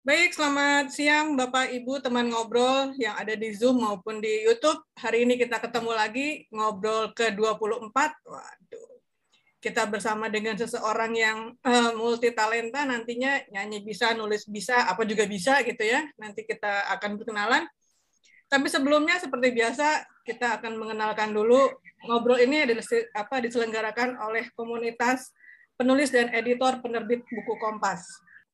Baik, selamat siang Bapak Ibu teman ngobrol yang ada di Zoom maupun di YouTube. Hari ini kita ketemu lagi ngobrol ke-24. Waduh. Kita bersama dengan seseorang yang multi talenta, nantinya nyanyi bisa, nulis bisa, apa juga bisa gitu ya. Nanti kita akan berkenalan. Tapi sebelumnya seperti biasa kita akan mengenalkan dulu. Ngobrol ini diselenggarakan oleh komunitas penulis dan editor penerbit buku Kompas.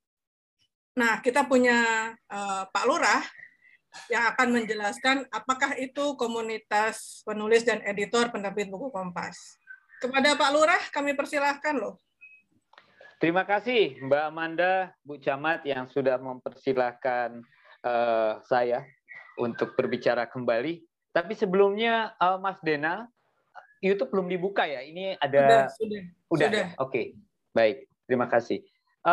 Nah, kita punya Pak Lurah yang akan menjelaskan apakah itu komunitas penulis dan editor penerbit buku Kompas. Kepada Pak Lurah, kami persilahkan loh. Terima kasih Mbak Amanda, Bu Camat yang sudah mempersilahkan saya untuk berbicara kembali. Tapi sebelumnya Mas Dena, YouTube belum dibuka ya? Ini ada... Sudah. Ya? Oke, baik. Terima kasih.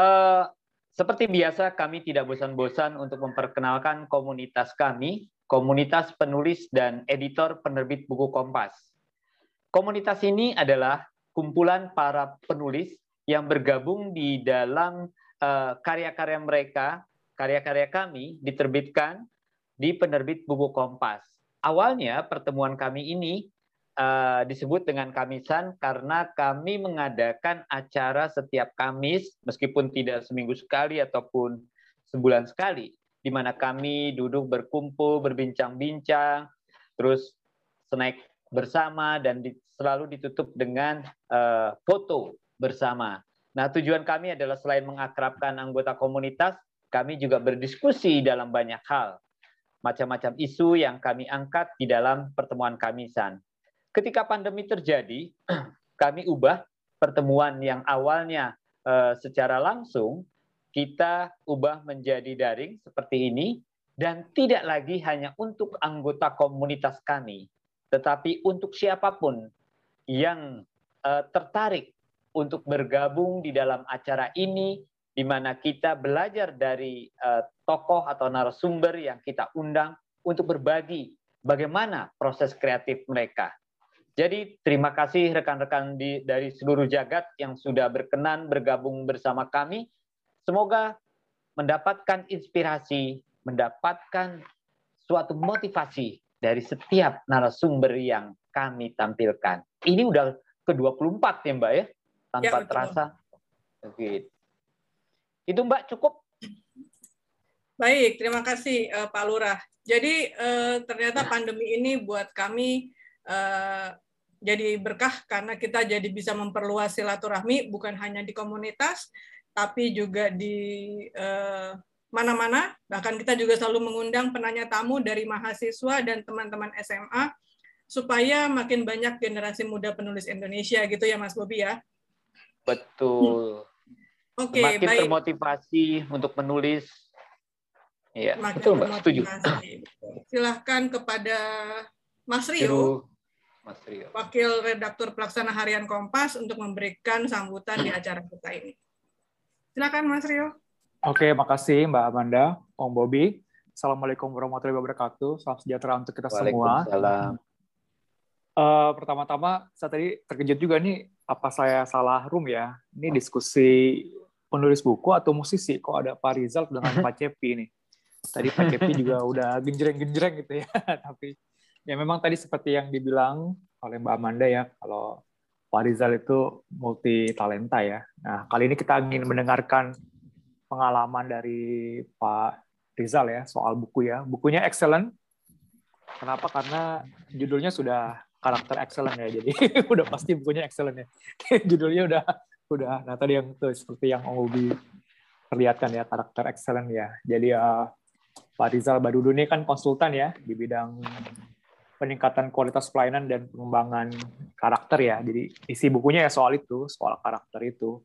Seperti biasa, kami tidak bosan-bosan untuk memperkenalkan komunitas kami, komunitas penulis dan editor penerbit buku Kompas. Komunitas ini adalah kumpulan para penulis yang bergabung di dalam karya-karya mereka, karya-karya kami diterbitkan di penerbit buku Kompas. Awalnya pertemuan kami ini disebut dengan Kamisan karena kami mengadakan acara setiap Kamis, meskipun tidak seminggu sekali ataupun sebulan sekali, di mana kami duduk berkumpul, berbincang-bincang, terus snack bersama, dan selalu ditutup dengan foto bersama. Nah, tujuan kami adalah selain mengakrabkan anggota komunitas, kami juga berdiskusi dalam banyak hal, macam-macam isu yang kami angkat di dalam pertemuan Kamisan. Ketika pandemi terjadi, kami ubah pertemuan yang awalnya secara langsung, kita ubah menjadi daring seperti ini, dan tidak lagi hanya untuk anggota komunitas kami, tetapi untuk siapapun yang tertarik untuk bergabung di dalam acara ini, di mana kita belajar dari tokoh atau narasumber yang kita undang untuk berbagi bagaimana proses kreatif mereka. Jadi terima kasih rekan-rekan dari seluruh jagat yang sudah berkenan bergabung bersama kami. Semoga mendapatkan inspirasi, mendapatkan suatu motivasi dari setiap narasumber yang kami tampilkan. Ini udah ke-24 ya Mbak ya? Tanpa terasa. Oke. Itu Mbak cukup? Baik, terima kasih Pak Lurah. Jadi ternyata pandemi ini buat kami jadi berkah karena kita jadi bisa memperluas silaturahmi bukan hanya di komunitas, tapi juga di mana-mana. Bahkan kita juga selalu mengundang penanya tamu dari mahasiswa dan teman-teman SMA supaya makin banyak generasi muda penulis Indonesia gitu ya Mas Bobi ya. Betul. Oke, makin baik. Termotivasi untuk menulis. Ya, makin betul Mbak, setuju. Silahkan kepada Mas Rio. Mas Rio, Wakil Redaktur Pelaksana Harian Kompas untuk memberikan sambutan di acara kita ini. Silakan Mas Rio. Oke, makasih Mbak Amanda, Om Bobi. Assalamualaikum warahmatullahi wabarakatuh. Salam sejahtera untuk kita semua. Waalaikumsalam. Pertama-tama, saya tadi terkejut juga nih, apa saya salah room ya? Ini diskusi penulis buku atau musisi? Kok ada Pak Rizal dengan Pak Cepi nih? Tadi Pak Cepi juga udah genjreng-genjreng gitu ya. Tapi ya memang tadi seperti yang dibilang oleh Mbak Amanda ya, kalau Pak Rizal itu multi talenta ya. Nah, kali ini kita ingin mendengarkan pengalaman dari Pak Rizal ya soal buku ya. Bukunya excellent. Kenapa? Karena judulnya sudah karakter excellent ya. Jadi udah pasti bukunya excellent ya. Judulnya udah. Nah, tadi yang tuh seperti yang Om Ubi perlihatkan ya, karakter excellent ya. Jadi Pak Rizal Badudu ini kan konsultan ya di bidang peningkatan kualitas pelayanan dan pengembangan karakter ya. Jadi isi bukunya ya soal itu, soal karakter itu.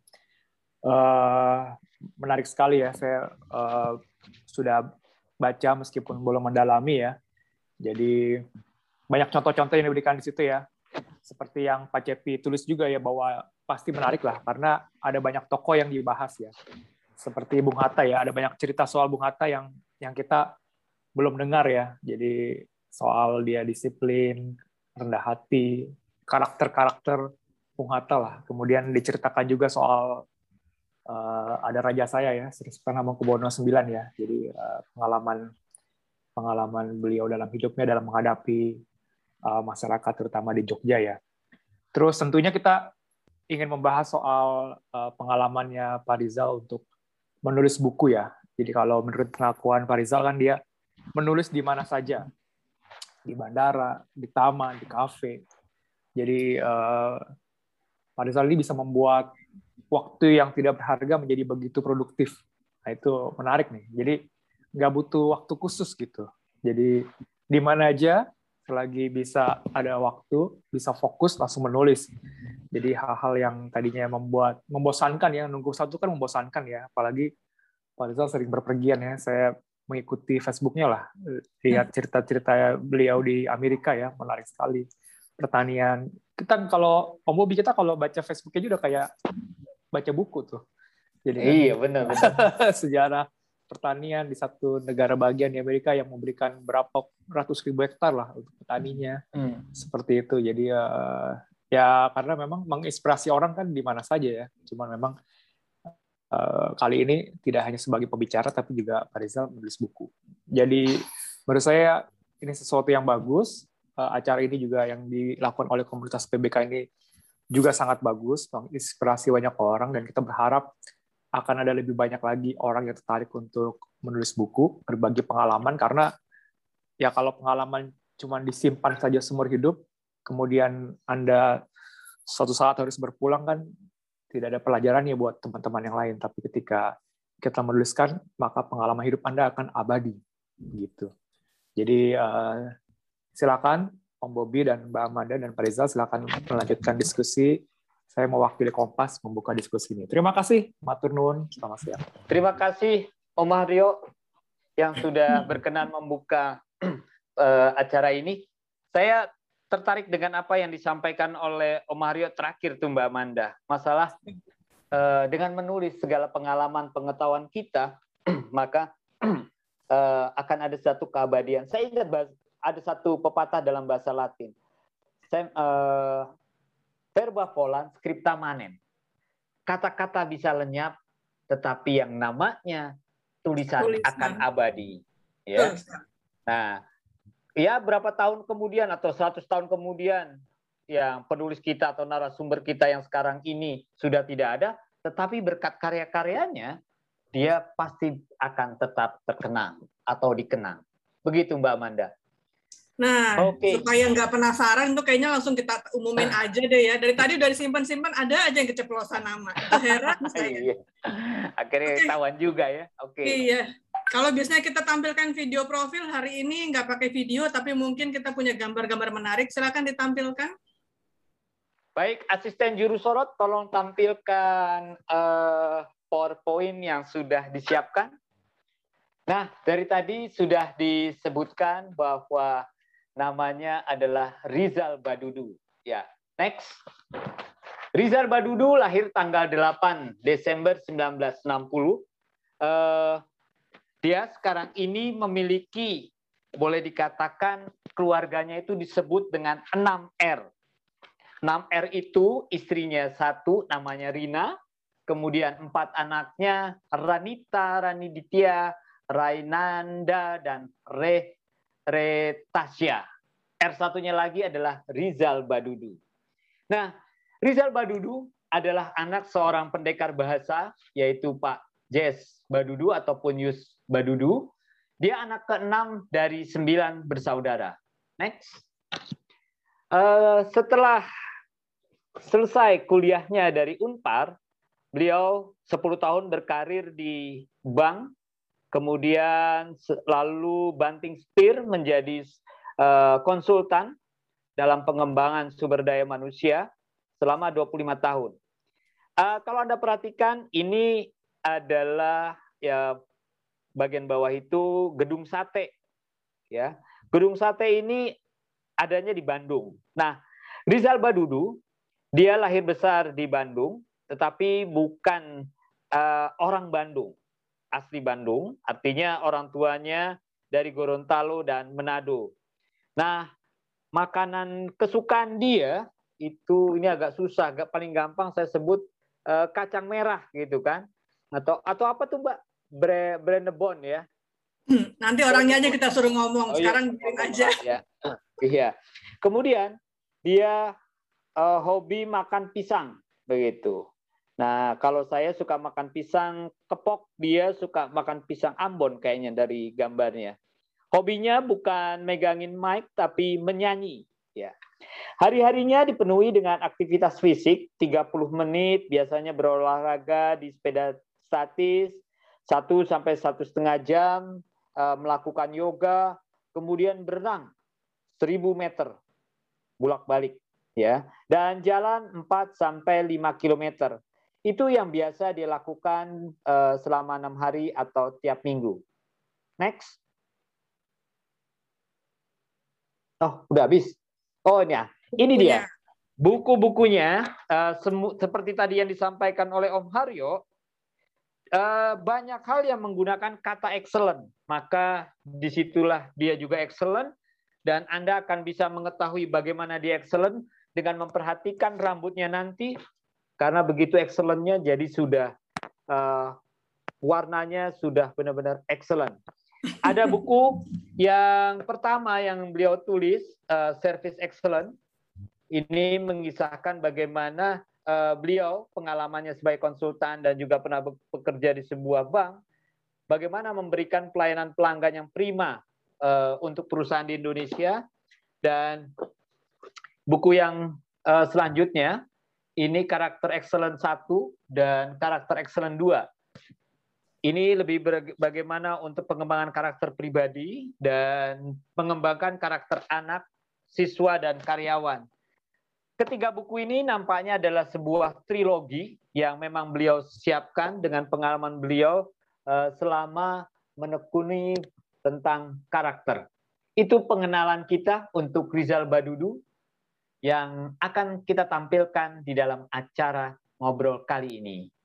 Menarik sekali ya, saya sudah baca meskipun belum mendalami ya. Jadi banyak contoh-contoh yang diberikan di situ ya. Seperti yang Pak Cepi tulis juga ya, bahwa pasti menarik lah, karena ada banyak tokoh yang dibahas ya. Seperti Bung Hatta ya, ada banyak cerita soal Bung Hatta yang kita belum dengar ya. Jadi soal dia disiplin, rendah hati, karakter-karakter Bung Hatta lah. Kemudian diceritakan juga soal ada raja saya ya, Sri Hamengkubuwono IX ya. Jadi pengalaman beliau dalam hidupnya dalam menghadapi masyarakat terutama di Jogja ya. Terus tentunya kita ingin membahas soal pengalamannya Pak Rizal untuk menulis buku ya. Jadi kalau menurut pengakuan Pak Rizal kan dia menulis di mana saja, di bandara, di taman, di kafe. Jadi Pak Rizal ini bisa membuat waktu yang tidak berharga menjadi begitu produktif. Nah itu menarik nih. Jadi nggak butuh waktu khusus gitu. Jadi di mana aja selagi bisa ada waktu, bisa fokus langsung menulis. Jadi hal-hal yang tadinya membosankan ya, nunggu satu kan membosankan ya. Apalagi Pak Rizal sering berpergian ya. Saya mengikuti Facebooknya lah, lihat cerita-cerita beliau di Amerika ya, menarik sekali. Pertanian. Kita kalau Om Bobi, kita kalau baca Facebooknya juga kayak baca buku tuh. Jadi iya benar. sejarah pertanian di satu negara bagian di Amerika yang memberikan berapa ratus ribu hektar lah untuk petaninya. Seperti itu. Jadi ya karena memang menginspirasi orang kan di mana saja ya. Cuman memang kali ini tidak hanya sebagai pembicara tapi juga Pak Rizal menulis buku. Jadi menurut saya ini sesuatu yang bagus. Acara ini juga yang dilakukan oleh komunitas PBK ini juga sangat bagus, menginspirasi banyak orang, dan kita berharap akan ada lebih banyak lagi orang yang tertarik untuk menulis buku, berbagi pengalaman, karena ya kalau pengalaman cuma disimpan saja seumur hidup, kemudian Anda suatu saat harus berpulang kan tidak ada pelajarannya buat teman-teman yang lain, tapi ketika kita menuliskan, maka pengalaman hidup Anda akan abadi. Gitu. Jadi silakan Om Bobi dan Mbak Amanda dan Pak Rizal silakan melanjutkan diskusi. Saya mewakili Kompas membuka diskusi ini. Terima kasih, matur nuwun, selamat siang. Terima kasih Om Mario yang sudah berkenan membuka acara ini. Saya tertarik dengan apa yang disampaikan oleh Om Mario terakhir tuh Mbak Amanda. Masalah dengan menulis segala pengalaman pengetahuan kita, maka akan ada satu keabadian. Saya ingat ada satu pepatah dalam bahasa Latin. Verba volant, scripta manen. Kata-kata bisa lenyap, tetapi yang namanya tulisan akan abadi. Ya. Nah, ya berapa tahun kemudian atau 100 tahun kemudian, yang penulis kita atau narasumber kita yang sekarang ini sudah tidak ada, tetapi berkat karya-karyanya, dia pasti akan tetap terkenang atau dikenang. Begitu Mbak Amanda. Nah, supaya nggak penasaran tuh kayaknya langsung kita umumin aja deh ya. Dari tadi udah disimpan-simpan, ada aja yang keceplosan nama. Itu heran saya. Iya. Akhirnya ketahuan juga ya. Iya. Kalau biasanya kita tampilkan video profil, hari ini nggak pakai video, tapi mungkin kita punya gambar-gambar menarik. Silakan ditampilkan. Baik, asisten juru sorot, tolong tampilkan PowerPoint yang sudah disiapkan. Nah, dari tadi sudah disebutkan bahwa namanya adalah Rizal Badudu. Ya, next. Rizal Badudu lahir tanggal 8 Desember 1960. Dia sekarang ini memiliki, boleh dikatakan keluarganya itu disebut dengan 6R. 6R itu istrinya 1 namanya Rina, kemudian 4 anaknya Ranita, Raniditya, Rainanda, dan Retasya. R1-nya lagi adalah Rizal Badudu. Nah, Rizal Badudu adalah anak seorang pendekar bahasa, yaitu Pak Jes Badudu ataupun Yus Badudu. Dia anak ke-6 dari 9 bersaudara. Next. Setelah selesai kuliahnya dari Unpar, beliau 10 tahun berkarir di bank, kemudian lalu banting setir menjadi konsultan dalam pengembangan sumber daya manusia selama 25 tahun. Kalau Anda perhatikan, ini adalah ya bagian bawah itu gedung sate. Ya, gedung sate ini adanya di Bandung. Nah, Rizal Badudu, dia lahir besar di Bandung, tetapi bukan orang Bandung. Asli Bandung, artinya orang tuanya dari Gorontalo dan Manado. Nah, makanan kesukaan dia itu ini agak susah, paling gampang saya sebut kacang merah gitu kan? Atau apa tuh Mbak? Brennebon ya? Nanti orangnya aja kita suruh ngomong. Oh, iya. Sekarang dengerin aja. Ya. Iya. Kemudian dia hobi makan pisang begitu. Nah, kalau saya suka makan pisang kepok, dia suka makan pisang Ambon kayaknya dari gambarnya. Hobinya bukan megangin mic tapi menyanyi, ya. Hari-harinya dipenuhi dengan aktivitas fisik, 30 menit biasanya berolahraga di sepeda statis, 1 sampai 1,5 jam melakukan yoga, kemudian berenang 1000 meter bolak-balik, ya. Dan jalan 4 sampai 5 kilometer. Itu yang biasa dilakukan selama 6 hari atau tiap minggu. Next. Oh, udah habis. Oh, ini dia. Buku-bukunya, seperti tadi yang disampaikan oleh Om Haryo, banyak hal yang menggunakan kata excellent. Maka disitulah dia juga excellent, dan Anda akan bisa mengetahui bagaimana dia excellent dengan memperhatikan rambutnya nanti. Karena begitu excellent-nya, jadi sudah warnanya sudah benar-benar excellent. Ada buku yang pertama yang beliau tulis, Service Excellent. Ini mengisahkan bagaimana beliau pengalamannya sebagai konsultan dan juga pernah bekerja di sebuah bank, bagaimana memberikan pelayanan pelanggan yang prima untuk perusahaan di Indonesia. Dan buku yang selanjutnya, ini karakter excellent 1 dan karakter excellent 2. Ini lebih bagaimana untuk pengembangan karakter pribadi dan mengembangkan karakter anak, siswa, dan karyawan. Ketiga buku ini nampaknya adalah sebuah trilogi yang memang beliau siapkan dengan pengalaman beliau selama menekuni tentang karakter. Itu pengenalan kita untuk Rizal Badudu yang akan kita tampilkan di dalam acara ngobrol kali ini.